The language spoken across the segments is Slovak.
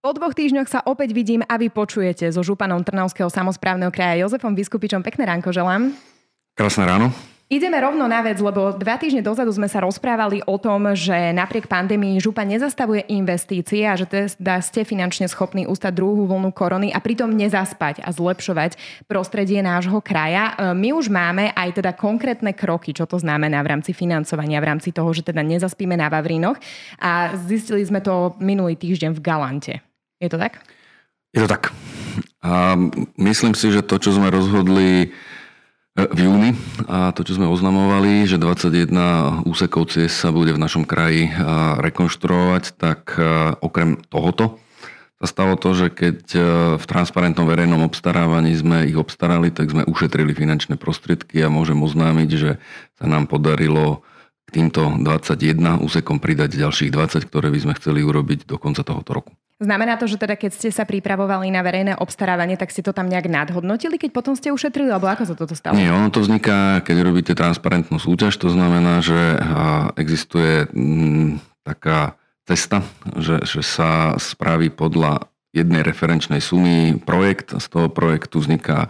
Po 2 týždňoch sa opäť vidím a vy počujete so županom Trnavského samosprávneho kraja Jozefom Biskupičom. Pekné ránko želám. Krásne ráno. Ideme rovno na vec, lebo 2 týždne dozadu sme sa rozprávali o tom, že napriek pandémii župa nezastavuje investície a že teda ste finančne schopní ustať druhú vlnu korony a pritom nezaspať a zlepšovať prostredie nášho kraja. My už máme aj teda konkrétne kroky, čo to znamená v rámci financovania, v rámci toho, že teda nezaspíme na Vavrínoch a zistili sme to minulý týždeň v Galante. Je to tak? Je to tak. A myslím si, že to, čo sme rozhodli v júni a to, čo sme oznamovali, že 21 úsekov ciest sa bude v našom kraji rekonštruovať, tak okrem tohoto sa stalo to, že keď v transparentnom verejnom obstarávaní sme ich obstarali, tak sme ušetrili finančné prostriedky a môžem oznámiť, že sa nám podarilo k týmto 21 úsekom pridať ďalších 20, ktoré by sme chceli urobiť do konca tohoto roku. Znamená to, že teda keď ste sa pripravovali na verejné obstarávanie, tak ste to tam nejak nadhodnotili, keď potom ste ušetrili, alebo ako sa toto stalo? Nie, ono to vzniká, keď robíte transparentnú súťaž, to znamená, že existuje taká cesta, že sa spraví podľa jednej referenčnej sumy projekt, z toho projektu vzniká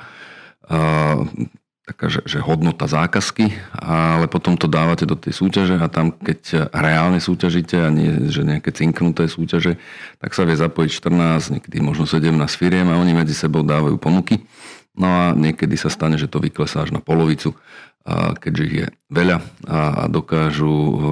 taká, že hodnota zákazky, ale potom to dávate do tej súťaže a tam, keď reálne súťažíte a nie, že nejaké cinknuté súťaže, tak sa vie zapojiť 14, niekedy možno 17 firiem a oni medzi sebou dávajú ponuky. No a niekedy sa stane, že to vyklesá až na polovicu, keďže ich je veľa a dokážu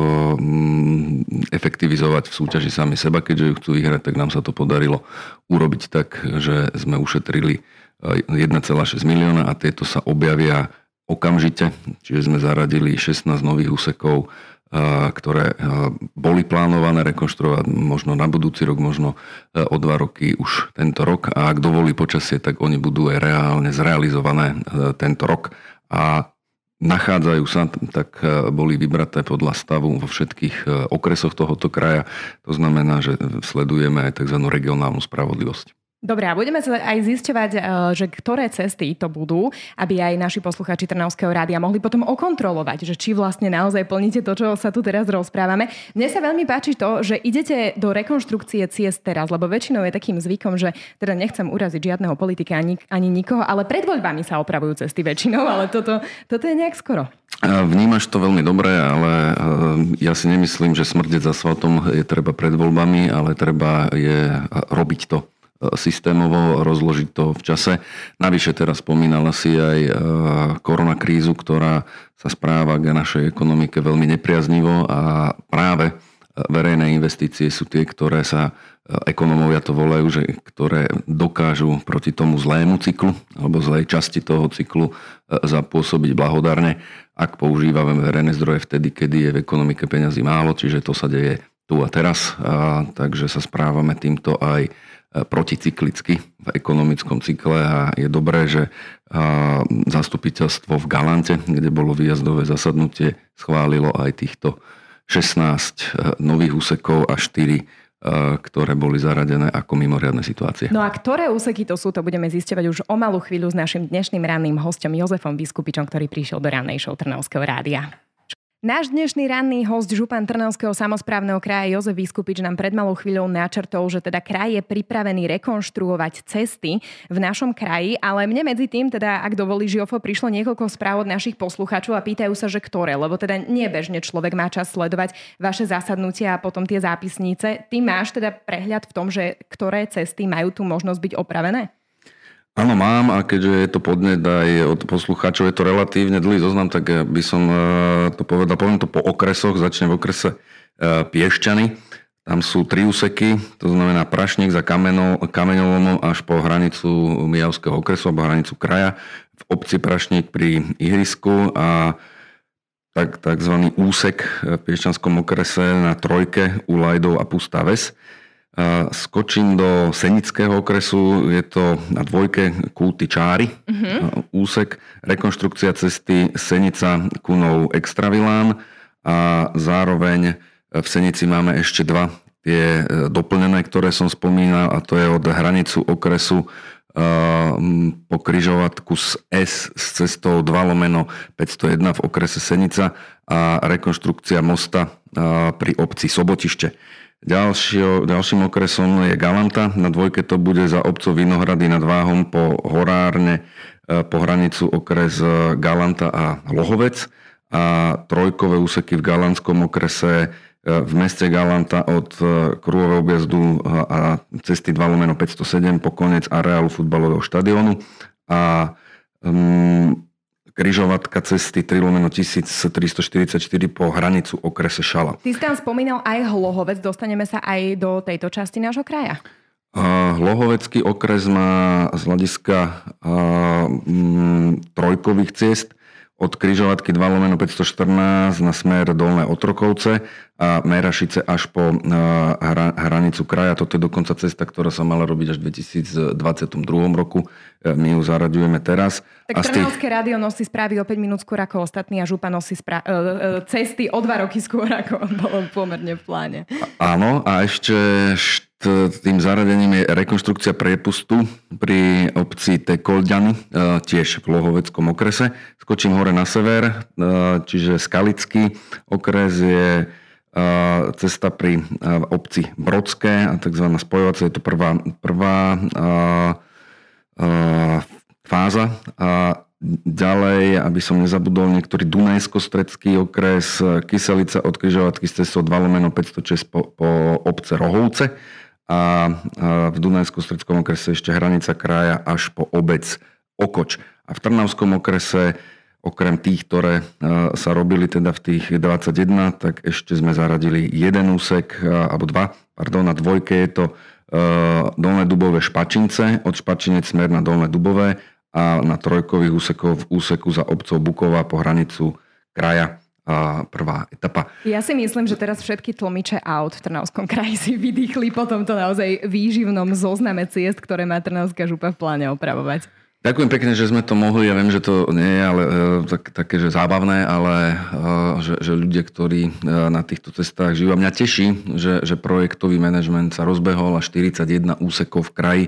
efektivizovať v súťaži sami seba, keďže ju chcú vyhrať, tak nám sa to podarilo urobiť tak, že sme ušetrili 1,6 milióna a tieto sa objavia okamžite. Čiže sme zaradili 16 nových úsekov, ktoré boli plánované rekonštruovať možno na budúci rok, možno o 2 roky už tento rok. A ak dovolí počasie, tak oni budú aj reálne zrealizované tento rok. A nachádzajú sa, tak boli vybraté podľa stavu vo všetkých okresoch tohoto kraja. To znamená, že sledujeme aj tzv. Regionálnu spravodlivosť. Dobre, a budeme sa aj zisťovať, že ktoré cesty to budú, aby aj naši posluchači Trnavského rádia mohli potom okontrolovať, že či vlastne naozaj plníte to, čo sa tu teraz rozprávame. Mne sa veľmi páči to, že idete do rekonštrukcie ciest teraz, lebo väčšinou je takým zvykom, že teda nechcem uraziť žiadneho politika ani nikoho, ale pred voľbami sa opravujú cesty väčšinou, ale toto je nejak skoro. Vnímaš to veľmi dobre, ale ja si nemyslím, že smrdeť asfaltom je treba pred voľbami, ale treba je robiť to systémovo, rozložiť to v čase. Navyše teraz spomínala si aj koronakrízu, ktorá sa správa k našej ekonomike veľmi nepriaznivo a práve verejné investície sú tie, ktoré sa, ekonomovia to volajú, že ktoré dokážu proti tomu zlému cyklu alebo zlej časti toho cyklu zapôsobiť blahodárne, ak používame verejné zdroje vtedy, kedy je v ekonomike peňazí málo, čiže to sa deje tu a teraz, takže sa správame týmto aj proticyklicky v ekonomickom cykle a je dobré, že zastupiteľstvo v Galante, kde bolo výjazdové zasadnutie, schválilo aj týchto 16 nových úsekov a 4, ktoré boli zaradené ako mimoriadne situácie. No a ktoré úseky to sú, to budeme zisťovať už o malú chvíľu s našim dnešným ranným hosťom Jozefom Biskupičom, ktorý prišiel do rannej show Trnavského rádia. Náš dnešný ranný host, župan Trnavského samosprávneho kraja Jozef Biskupič, nám pred malou chvíľou načrtol, že teda kraj je pripravený rekonštruovať cesty v našom kraji, ale mne medzi tým, teda ak dovolí Jofo, prišlo niekoľko správ od našich poslucháčov a pýtajú sa, že ktoré, lebo teda nebežne človek má čas sledovať vaše zasadnutia a potom tie zápisnice. Ty máš teda prehľad v tom, že ktoré cesty majú tu možnosť byť opravené? Áno, mám a keďže je to podnet aj od poslucháčov, je to relatívne dlhý zoznam, tak by som to povedal. Poviem to po okresoch, začnem v okrese Piešťany. Tam sú 3 úseky, to znamená Prašník za Kameňolomom až po hranicu Mijavského okresu alebo hranicu kraja. V obci Prašník pri ihrisku a takzvaný úsek v Piešťanskom okrese na Trojke u Lajdov a Pustá Ves. Skočím do Senického okresu, je to na 2 Kulty Čáry, úsek, rekonštrukcia cesty Senica Kunov Extravilán a zároveň v Senici máme ešte 2 tie doplnené, ktoré som spomínal, a to je od hranicu okresu po križovatku z S s cestou 2/501 v okrese Senica a rekonštrukcia mosta pri obci Sobotište. Ďalším okresom je Galanta. Na dvojke to bude za obcov Vinohrady nad Váhom po Horárne, po hranicu okres Galanta a Lohovec. A trojkové úseky v Galantskom okrese v meste Galanta od kruhového objazdu a cesty 2/507 po koniec areálu futbalového štadiónu a križovatka cesty 3/1344 po hranicu okrese Šala. Ty si tam spomínal aj Hlohovec, dostaneme sa aj do tejto časti nášho kraja? Hlohovecký okres má z hľadiska trojkových ciest od križovatky 2/514 na smer Dolné Otrokovce a Merašice až po hranicu kraja. Toto je dokonca cesta, ktorá sa mala robiť až v 2022 roku. My ju zaraďujeme teraz. Tak Trnavské rádio nosí správy o 5 minút skôr ako ostatní a Župa nosí cesty o 2 roky skôr ako bolo pomerne v pláne. Áno, a ešte tým zaradením je rekonštrukcia priepustu pri obci Tekolďany, tiež v Lohoveckom okrese. Skočím hore na sever, čiže Skalický okres je cesta pri obci Brodské a tzv. Spojovacia, je to prvá fáza. A ďalej, aby som nezabudol, niektorý Dunajsko-stredský okres, Kyselica od križovatky s cestou 2/506 po obce Rohovce a v Dunajsko-stredskom okrese ešte hranica kraja až po obec Okoč. A v Trnavskom okrese okrem tých, ktoré sa robili teda v tých 21, tak ešte sme zaradili jeden úsek, alebo na dvojke je to Dolné Dubové Špačince, od Špačinec smer na Dolné Dubové a na trojkových úseku za obcov Buková po hranicu kraja a prvá etapa. Ja si myslím, že teraz všetky tlmiče aut v Trnavskom kraji si vydýchli po tomto naozaj výživnom zozname ciest, ktoré má Trnavská Župa v pláne opravovať. Ďakujem pekne, že sme to mohli. Ja viem, že to nie je ale také, že zábavné, ale že ľudia, ktorí na týchto cestách žijú. A mňa teší, že projektový manažment sa rozbehol a 41 úsekov v kraji,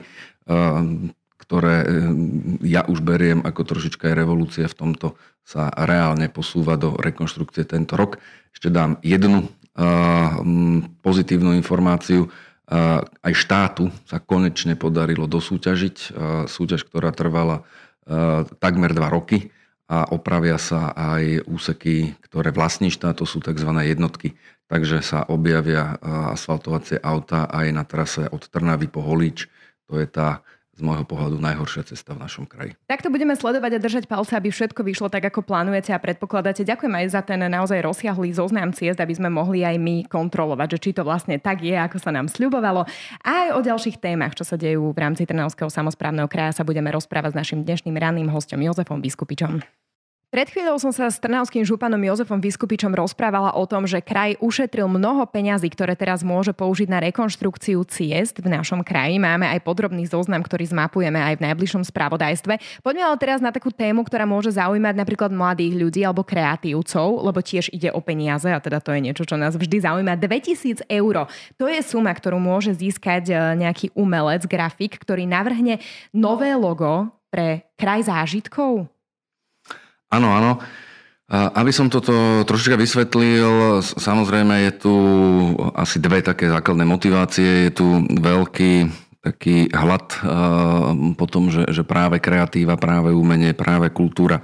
ktoré ja už beriem ako trošička aj revolúcia v tomto, sa reálne posúva do rekonštrukcie tento rok. Ešte dám jednu pozitívnu informáciu. Aj štátu sa konečne podarilo dosúťažiť súťaž, ktorá trvala takmer 2 roky a opravia sa aj úseky, ktoré vlastní štát, to sú tzv. Jednotky. Takže sa objavia asfaltovacie autá aj na trase od Trnavy po Holíč. To je tá z môjho pohľadu najhoršia cesta v našom kraji. Takto budeme sledovať a držať palce, aby všetko vyšlo tak, ako plánujete a predpokladáte. Ďakujem aj za ten naozaj rozsiahlý zoznam ciest, aby sme mohli aj my kontrolovať, že či to vlastne tak je, ako sa nám sľubovalo. A aj o ďalších témach, čo sa dejú v rámci Trnavského samosprávneho kraja, sa budeme rozprávať s našim dnešným ranným hosťom Jozefom Viskupičom. Pred chvíľou som sa s trnavským županom Jozefom Viskupičom rozprávala o tom, že kraj ušetril mnoho peňazí, ktoré teraz môže použiť na rekonštrukciu ciest v našom kraji. Máme aj podrobný zoznam, ktorý zmapujeme aj v najbližšom spravodajstve. Poďme ale teraz na takú tému, ktorá môže zaujímať napríklad mladých ľudí alebo kreatívcov, lebo tiež ide o peniaze a teda to je niečo, čo nás vždy zaujíma. 2000 eur. To je suma, ktorú môže získať nejaký umelec, grafik, ktorý navrhne nové logo pre kraj zážitkov. Áno. Aby som toto trošička vysvetlil, samozrejme je tu asi dve také základné motivácie. Je tu veľký taký hlad po tom, že práve kreatíva, práve umenie, práve kultúra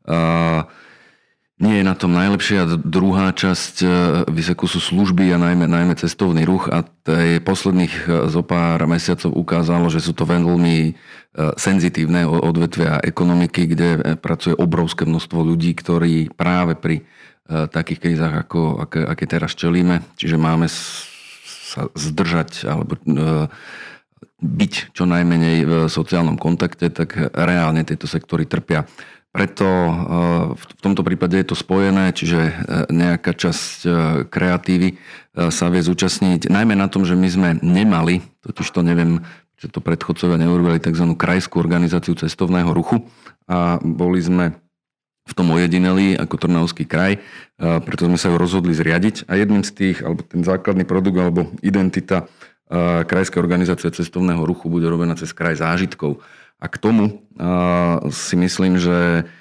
nie je na tom najlepšie. A druhá časť výseku sú služby a najmä cestovný ruch. A posledných zo pár mesiacov ukázalo, že sú to veľmi senzitívne odvetvia ekonomiky, kde pracuje obrovské množstvo ľudí, ktorí práve pri takých krízach, aké teraz čelíme, čiže máme sa zdržať alebo byť čo najmenej v sociálnom kontakte, tak reálne tieto sektory trpia. Preto v tomto prípade je to spojené, čiže nejaká časť kreatívy sa vie zúčastniť. Najmä na tom, že my sme nemali, totiž to neviem, že to predchodcovia neurobili tzv. Krajskú organizáciu cestovného ruchu a boli sme v tom ojedineli ako Trnavský kraj, preto sme sa ju rozhodli zriadiť a jedným z tých, alebo ten základný produkt, alebo identita Krajskej organizácie cestovného ruchu bude robená cez kraj zážitkov. A k tomu si myslím, že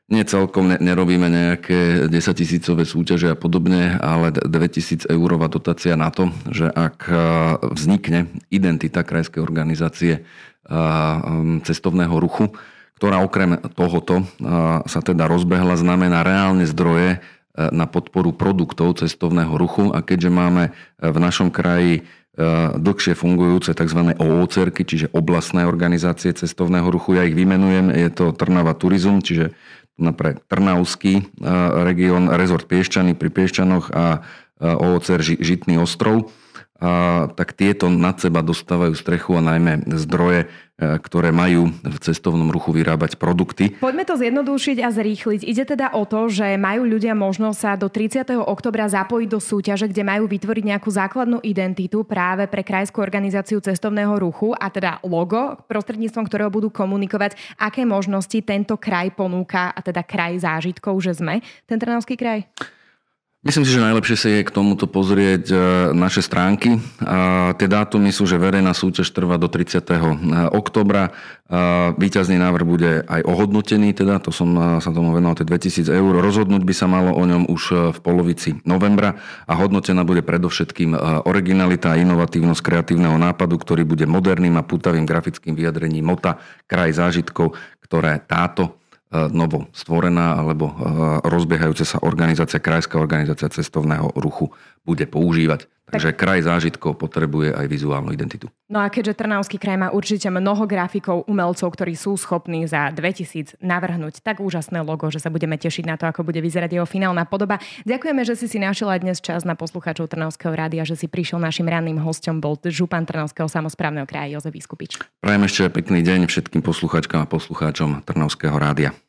Nie celkom, nerobíme nejaké 10 000-ové súťaže a podobne, ale 2 000 eurová dotácia na to, že ak vznikne identita krajskej organizácie cestovného ruchu, ktorá okrem tohoto sa teda rozbehla, znamená reálne zdroje na podporu produktov cestovného ruchu. A keďže máme v našom kraji dlhšie fungujúce tzv. OOCR-ky, čiže oblastné organizácie cestovného ruchu, ja ich vymenujem, je to Trnava Turizm, čiže napríklad Trnavský región, rezort Piešťany pri Piešťanoch a OOCR Žitný ostrov, tak tieto nad seba dostávajú strechu a najmä zdroje, ktoré majú v cestovnom ruchu vyrábať produkty. Poďme to zjednodušiť a zrýchliť. Ide teda o to, že majú ľudia možnosť sa do 30. októbra zapojiť do súťaže, kde majú vytvoriť nejakú základnú identitu práve pre krajskú organizáciu cestovného ruchu a teda logo, prostredníctvom ktorého budú komunikovať, aké možnosti tento kraj ponúka, a teda kraj zážitkov, že sme ten Trnavský kraj. Myslím si, že najlepšie sa je k tomuto pozrieť naše stránky. Tie dátumy sú, že verejná súťaž trvá do 30. októbra. Víťazný návrh bude aj ohodnotený, teda to som sa tomu venoval, tie 2 000 eur. Rozhodnúť by sa malo o ňom už v polovici novembra a hodnotená bude predovšetkým originalita a inovatívnosť kreatívneho nápadu, ktorý bude moderným a pútavým grafickým vyjadrením mota Kraj zážitkov, ktoré táto novo stvorená alebo rozbiehajúca sa organizácia, krajská organizácia cestovného ruchu bude používať. Takže kraj zážitkov potrebuje aj vizuálnu identitu. No a keďže Trnavský kraj má určite mnoho grafikov, umelcov, ktorí sú schopní za 2000 navrhnúť tak úžasné logo, že sa budeme tešiť na to, ako bude vyzerať jeho finálna podoba. Ďakujeme, že si našiel aj dnes čas na poslucháčov Trnavského rádia, že si prišiel našim ranným hosťom, bol župan Trnavského samosprávneho kraja Jozef Viskupič. Prajem ešte pekný deň všetkým poslucháčkam a poslucháčom Trnavského rádia.